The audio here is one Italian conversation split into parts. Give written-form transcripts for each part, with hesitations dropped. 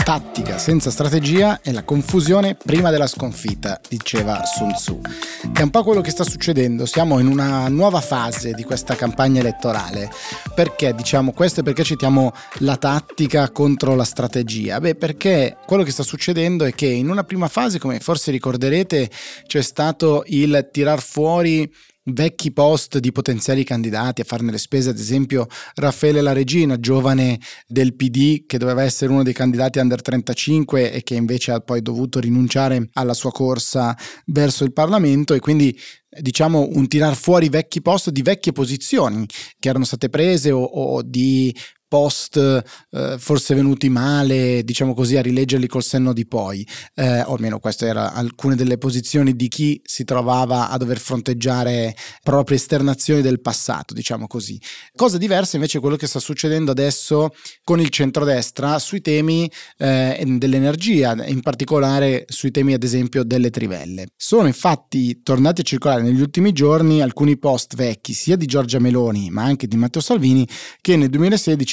tattica senza strategia è la confusione prima della sconfitta, diceva Sun Tzu. È un po' quello che sta succedendo, siamo in una nuova fase di questa campagna elettorale. Perché diciamo questo e perché citiamo la tattica contro la strategia? Perché quello che sta succedendo è che in una prima fase, come forse ricorderete, c'è stato il tirar fuori vecchi post di potenziali candidati a farne le spese, ad esempio Raffaele La Regina, giovane del PD che doveva essere uno dei candidati under 35 e che invece ha poi dovuto rinunciare alla sua corsa verso il Parlamento, e quindi diciamo un tirar fuori vecchi post di vecchie posizioni che erano state prese o di post forse venuti male, diciamo così, a rileggerli col senno di poi, o almeno queste erano alcune delle posizioni di chi si trovava a dover fronteggiare proprie esternazioni del passato, diciamo così. Cosa diversa invece è quello che sta succedendo adesso con il centrodestra sui temi dell'energia, in particolare sui temi ad esempio delle trivelle. Sono infatti tornati a circolare negli ultimi giorni alcuni post vecchi sia di Giorgia Meloni ma anche di Matteo Salvini, che nel 2016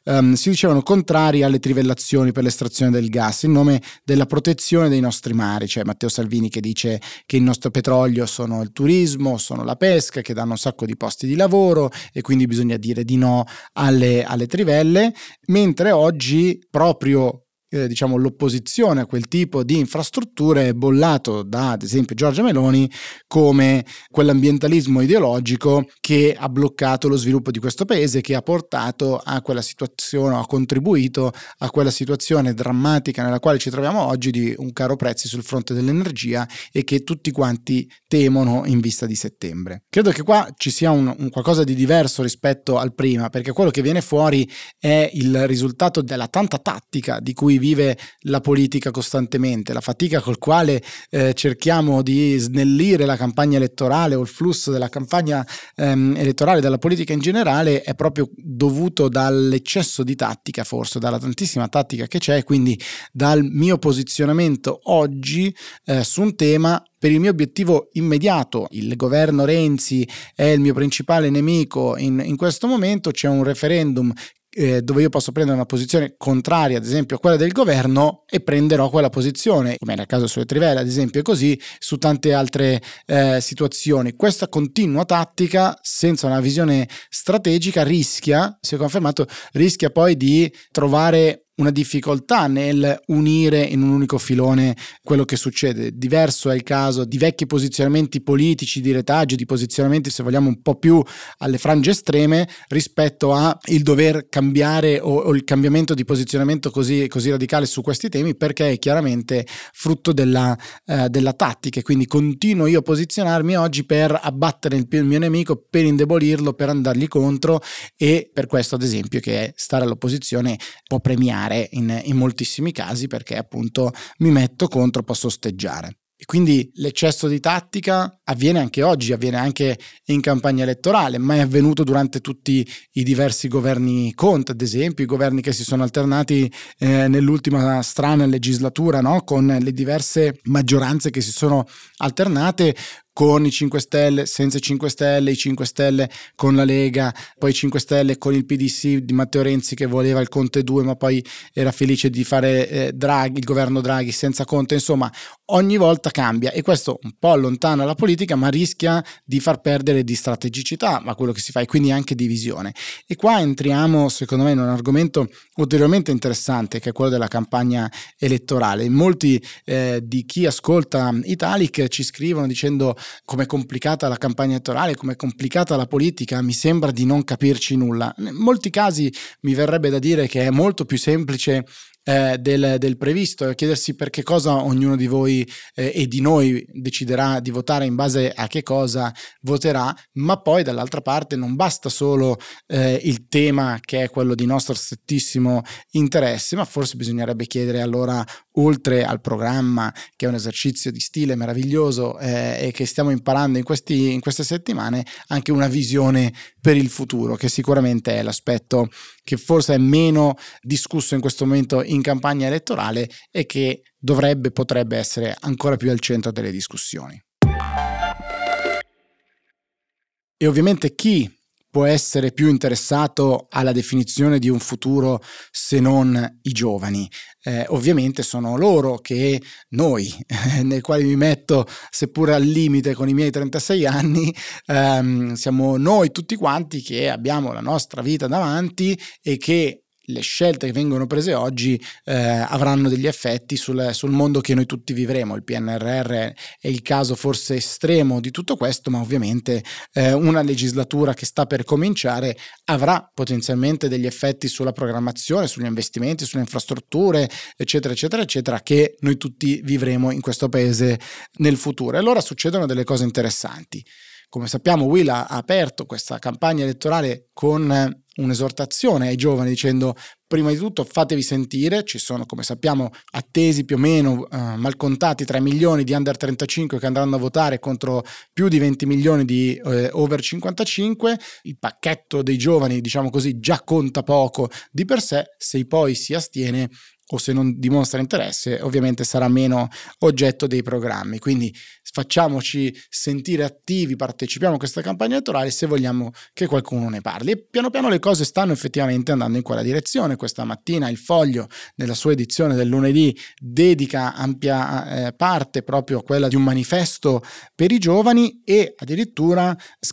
si dicevano contrari alle trivellazioni per l'estrazione del gas in nome della protezione dei nostri mari. Cioè Matteo Salvini che dice che il nostro petrolio sono il turismo, sono la pesca, che danno un sacco di posti di lavoro e quindi bisogna dire di no alle trivelle, mentre oggi proprio diciamo l'opposizione a quel tipo di infrastrutture è bollato da ad esempio Giorgia Meloni come quell'ambientalismo ideologico che ha bloccato lo sviluppo di questo paese, che ha portato a quella situazione, ha contribuito a quella situazione drammatica nella quale ci troviamo oggi di un caro prezzi sul fronte dell'energia e che tutti quanti temono in vista di settembre. Credo che qua ci sia un qualcosa di diverso rispetto al prima, perché quello che viene fuori è il risultato della tanta tattica di cui vive la politica costantemente, la fatica col quale cerchiamo di snellire la campagna elettorale o il flusso della campagna elettorale, della politica in generale, è proprio dovuto dall'eccesso di tattica, forse dalla tantissima tattica che c'è, quindi dal mio posizionamento oggi su un tema per il mio obiettivo immediato. Il governo Renzi è il mio principale nemico in questo momento, c'è un referendum dove io posso prendere una posizione contraria ad esempio a quella del governo e prenderò quella posizione, come era il caso sulle trivelle ad esempio, e così su tante altre situazioni. Questa continua tattica senza una visione strategica rischia, si è confermato, rischia poi di trovare una difficoltà nel unire in un unico filone quello che succede. Diverso è il caso di vecchi posizionamenti politici, di retaggio, di posizionamenti se vogliamo un po' più alle frange estreme rispetto a il dover cambiare o il cambiamento di posizionamento così radicale su questi temi, perché è chiaramente frutto della tattica. Quindi continuo io a posizionarmi oggi per abbattere il mio nemico, per indebolirlo, per andargli contro, e per questo ad esempio che stare all'opposizione può premiare in moltissimi casi, perché appunto mi metto contro, posso osteggiare. E quindi l'eccesso di tattica avviene anche oggi, avviene anche in campagna elettorale, ma è avvenuto durante tutti i diversi governi Conte, ad esempio, i governi che si sono alternati nell'ultima strana legislatura, no? Con le diverse maggioranze che si sono alternate, con i 5 Stelle, senza i 5 Stelle, i 5 Stelle con la Lega, poi i 5 Stelle con il PDC di Matteo Renzi che voleva il Conte 2 ma poi era felice di fare Draghi, il governo Draghi senza Conte. Insomma, ogni volta cambia e questo un po' allontana la politica ma rischia di far perdere di strategicità a quello che si fa e quindi anche di visione. E qua entriamo secondo me in un argomento ulteriormente interessante che è quello della campagna elettorale. In molti di chi ascolta Italic ci scrivono dicendo com'è complicata la campagna elettorale, com'è complicata la politica, mi sembra di non capirci nulla. In molti casi mi verrebbe da dire che è molto più semplice del previsto, chiedersi per che cosa ognuno di voi e di noi deciderà di votare, in base a che cosa voterà, ma poi dall'altra parte non basta solo il tema che è quello di nostro strettissimo interesse, ma forse bisognerebbe chiedere allora, oltre al programma che è un esercizio di stile meraviglioso e che stiamo imparando in queste settimane, anche una visione per il futuro, che sicuramente è l'aspetto che forse è meno discusso in questo momento in campagna elettorale e che potrebbe essere ancora più al centro delle discussioni. E ovviamente chi può essere più interessato alla definizione di un futuro se non i giovani? Ovviamente sono loro che noi, nei quali mi metto seppur al limite con i miei 36 anni, siamo noi tutti quanti che abbiamo la nostra vita davanti e che le scelte che vengono prese oggi avranno degli effetti sul mondo che noi tutti vivremo. Il PNRR è il caso forse estremo di tutto questo, ma ovviamente una legislatura che sta per cominciare avrà potenzialmente degli effetti sulla programmazione, sugli investimenti, sulle infrastrutture, eccetera, eccetera, eccetera, che noi tutti vivremo in questo paese nel futuro. E allora succedono delle cose interessanti. Come sappiamo, Will ha aperto questa campagna elettorale con un'esortazione ai giovani dicendo: prima di tutto fatevi sentire. Ci sono, come sappiamo, attesi più o meno malcontati 3 milioni di under 35 che andranno a votare contro più di 20 milioni di over 55. Il pacchetto dei giovani, diciamo così, già conta poco di per sé. Se poi si astiene o se non dimostra interesse, ovviamente sarà meno oggetto dei programmi. Quindi facciamoci sentire attivi, partecipiamo a questa campagna elettorale se vogliamo che qualcuno ne parli. E piano piano le cose stanno effettivamente andando in quella direzione. Questa mattina il Foglio, nella sua edizione del lunedì, dedica ampia parte proprio a quella di un manifesto per i giovani, e addirittura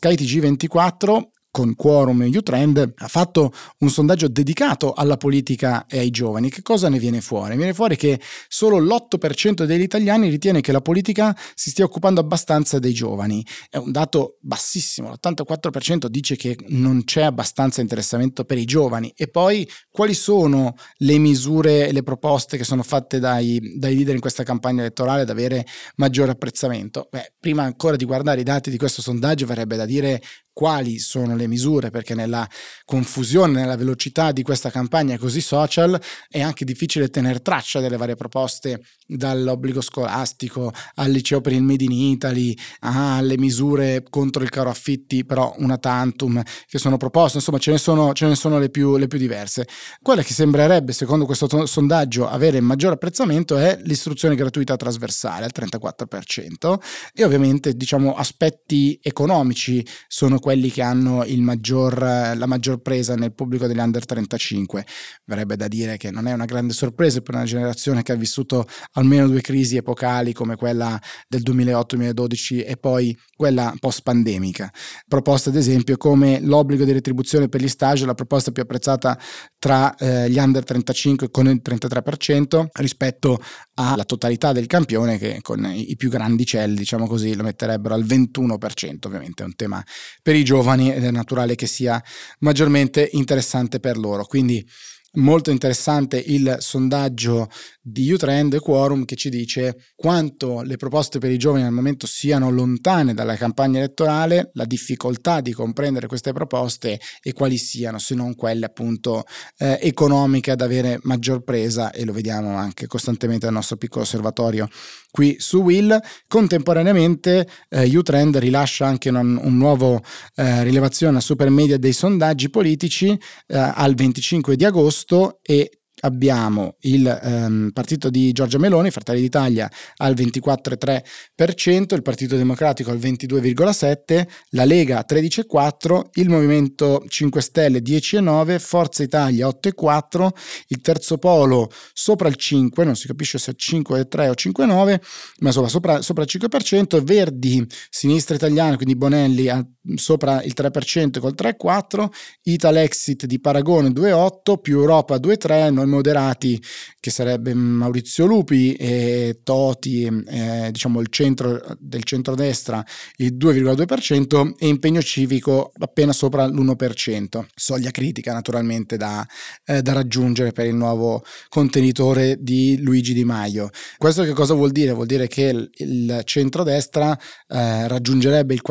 SkyTG24 con Quorum e Youtrend ha fatto un sondaggio dedicato alla politica e ai giovani. Che cosa ne viene fuori? Viene fuori che solo l'8% degli italiani ritiene che la politica si stia occupando abbastanza dei giovani. È un dato bassissimo, l'84% dice che non c'è abbastanza interessamento per i giovani. E poi quali sono le misure e le proposte che sono fatte dai leader in questa campagna elettorale ad avere maggiore apprezzamento? Prima ancora di guardare i dati di questo sondaggio verrebbe da dire quali sono le misure, perché nella confusione, nella velocità di questa campagna così social è anche difficile tener traccia delle varie proposte, dall'obbligo scolastico al liceo per il Made in Italy alle misure contro il caro affitti però una tantum che sono proposte. Insomma, ce ne sono le più diverse. Quella che sembrerebbe, secondo questo sondaggio, avere maggior apprezzamento è l'istruzione gratuita trasversale al 34%, e ovviamente, diciamo, aspetti economici sono quelli che hanno la maggior presa nel pubblico degli under 35. Verrebbe da dire che non è una grande sorpresa per una generazione che ha vissuto almeno 2 crisi epocali come quella del 2008-2012 e poi quella post-pandemica. Proposte ad esempio come l'obbligo di retribuzione per gli stage, la proposta più apprezzata tra gli under 35 con il 33% rispetto alla totalità del campione, che con i più grandicelli, diciamo così, lo metterebbero al 21%. Ovviamente è un tema per i giovani ed è naturale che sia maggiormente interessante per loro. Quindi molto interessante il sondaggio di Youtrend e Quorum, che ci dice quanto le proposte per i giovani al momento siano lontane dalla campagna elettorale, la difficoltà di comprendere queste proposte e quali siano, se non quelle appunto economiche, ad avere maggior presa, e lo vediamo anche costantemente nel nostro piccolo osservatorio qui su Will. Contemporaneamente Youtrend rilascia anche un nuovo rilevazione, una super media dei sondaggi politici al 25 di agosto, e abbiamo il partito di Giorgia Meloni, Fratelli d'Italia, al 24,3%, il Partito Democratico al 22,7%, la Lega 13,4%, il Movimento 5 Stelle 10,9%, Forza Italia 8,4%, il Terzo Polo sopra il 5%, non si capisce se è 5,3 o 5,9%, ma sopra il 5%, Verdi, Sinistra Italiana, quindi Bonelli, sopra il 3% col 3,4%, Italexit di Paragone 2,8%, più Europa 2,3%, noi moderati, che sarebbe Maurizio Lupi e Toti, diciamo il centro del centrodestra, il 2,2%, e Impegno Civico appena sopra l'1%. Soglia critica naturalmente da raggiungere per il nuovo contenitore di Luigi Di Maio. Questo che cosa vuol dire? Vuol dire che il centrodestra raggiungerebbe il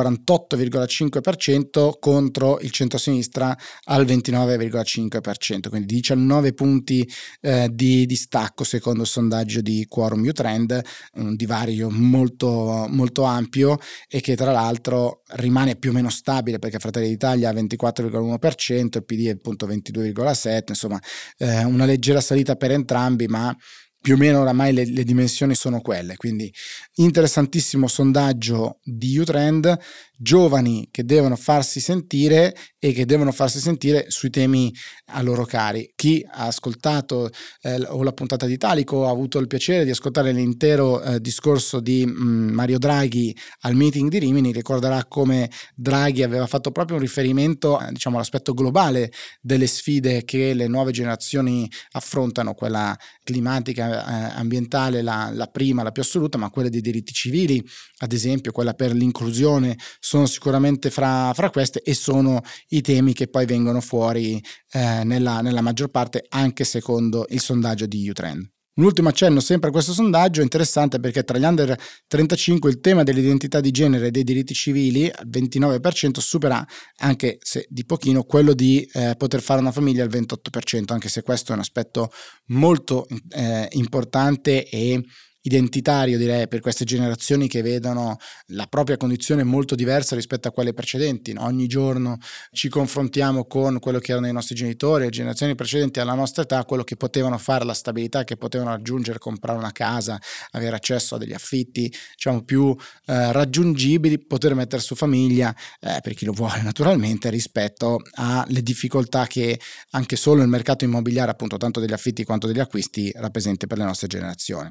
48,5% contro il centrosinistra al 29,5%, quindi 19 punti di distacco secondo il sondaggio di Quorum Youtrend, un divario molto, molto ampio, e che tra l'altro rimane più o meno stabile perché Fratelli d'Italia ha 24,1%, il PD è appunto 22,7%, insomma una leggera salita per entrambi, ma più o meno oramai le dimensioni sono quelle. Quindi interessantissimo sondaggio di Youtrend, giovani che devono farsi sentire e che devono farsi sentire sui temi a loro cari. Chi ha ascoltato o la puntata di Italico, ha avuto il piacere di ascoltare l'intero discorso di Mario Draghi al meeting di Rimini, ricorderà come Draghi aveva fatto proprio un riferimento all'aspetto globale delle sfide che le nuove generazioni affrontano, quella climatica, ambientale, la prima, la più assoluta, ma quelle dei diritti civili, ad esempio, quella per l'inclusione, sono sicuramente fra queste, e sono i temi che poi vengono fuori nella maggior parte, anche secondo il sondaggio di YouTrend. Un ultimo accenno sempre a questo sondaggio è interessante, perché tra gli under 35 il tema dell'identità di genere e dei diritti civili al 29% supera, anche se di pochino, quello di poter fare una famiglia al 28%, anche se questo è un aspetto molto importante e identitario, direi, per queste generazioni che vedono la propria condizione molto diversa rispetto a quelle precedenti. Ogni giorno ci confrontiamo con quello che erano i nostri genitori, le generazioni precedenti alla nostra età, quello che potevano fare, la stabilità che potevano raggiungere, comprare una casa, avere accesso a degli affitti più raggiungibili, poter mettere su famiglia, per chi lo vuole naturalmente, rispetto alle difficoltà che anche solo il mercato immobiliare, appunto, tanto degli affitti quanto degli acquisti, rappresenta per le nostre generazioni.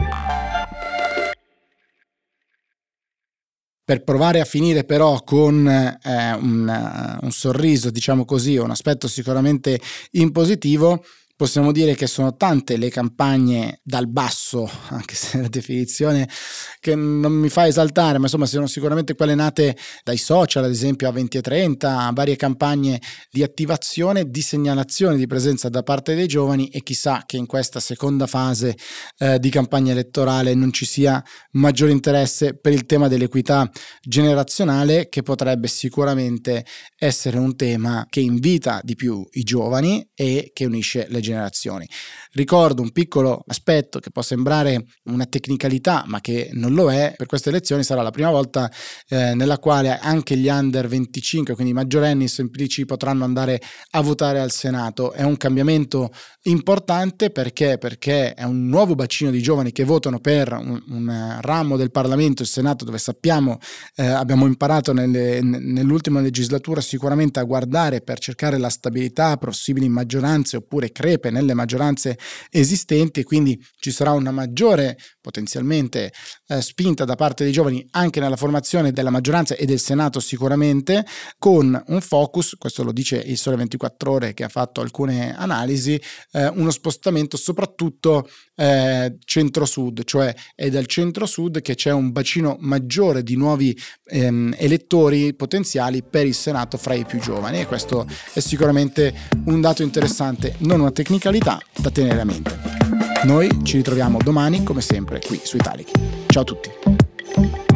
Per provare a finire però con un sorriso, diciamo così, un aspetto sicuramente in positivo, possiamo dire che sono tante le campagne dal basso, anche se la definizione che non mi fa esaltare, ma insomma sono sicuramente quelle nate dai social, ad esempio A20 e 30, varie campagne di attivazione, di segnalazione di presenza da parte dei giovani, e chissà che in questa seconda fase di campagna elettorale non ci sia maggiore interesse per il tema dell'equità generazionale, che potrebbe sicuramente essere un tema che invita di più i giovani e che unisce le generazioni. Ricordo un piccolo aspetto che può sembrare una tecnicalità, ma che non lo è. Per queste elezioni sarà la prima volta nella quale anche gli under 25, quindi i maggiorenni semplici, potranno andare a votare al Senato. È un cambiamento importante perché è un nuovo bacino di giovani che votano per un ramo del Parlamento, il Senato, dove sappiamo abbiamo imparato nell'ultima legislatura sicuramente a guardare per cercare la stabilità, possibili maggioranze oppure crepe nelle maggioranze esistenti, e quindi ci sarà una maggiore potenzialmente spinta da parte dei giovani anche nella formazione della maggioranza e del Senato, sicuramente con un focus, questo lo dice il Sole 24 Ore che ha fatto alcune analisi, uno spostamento soprattutto centro-sud, cioè è dal centro-sud che c'è un bacino maggiore di nuovi elettori potenziali per il Senato fra i più giovani, e questo è sicuramente un dato interessante, non una tecnicalità da tenere a mente. Noi ci ritroviamo domani come sempre qui su Italic. Ciao a tutti.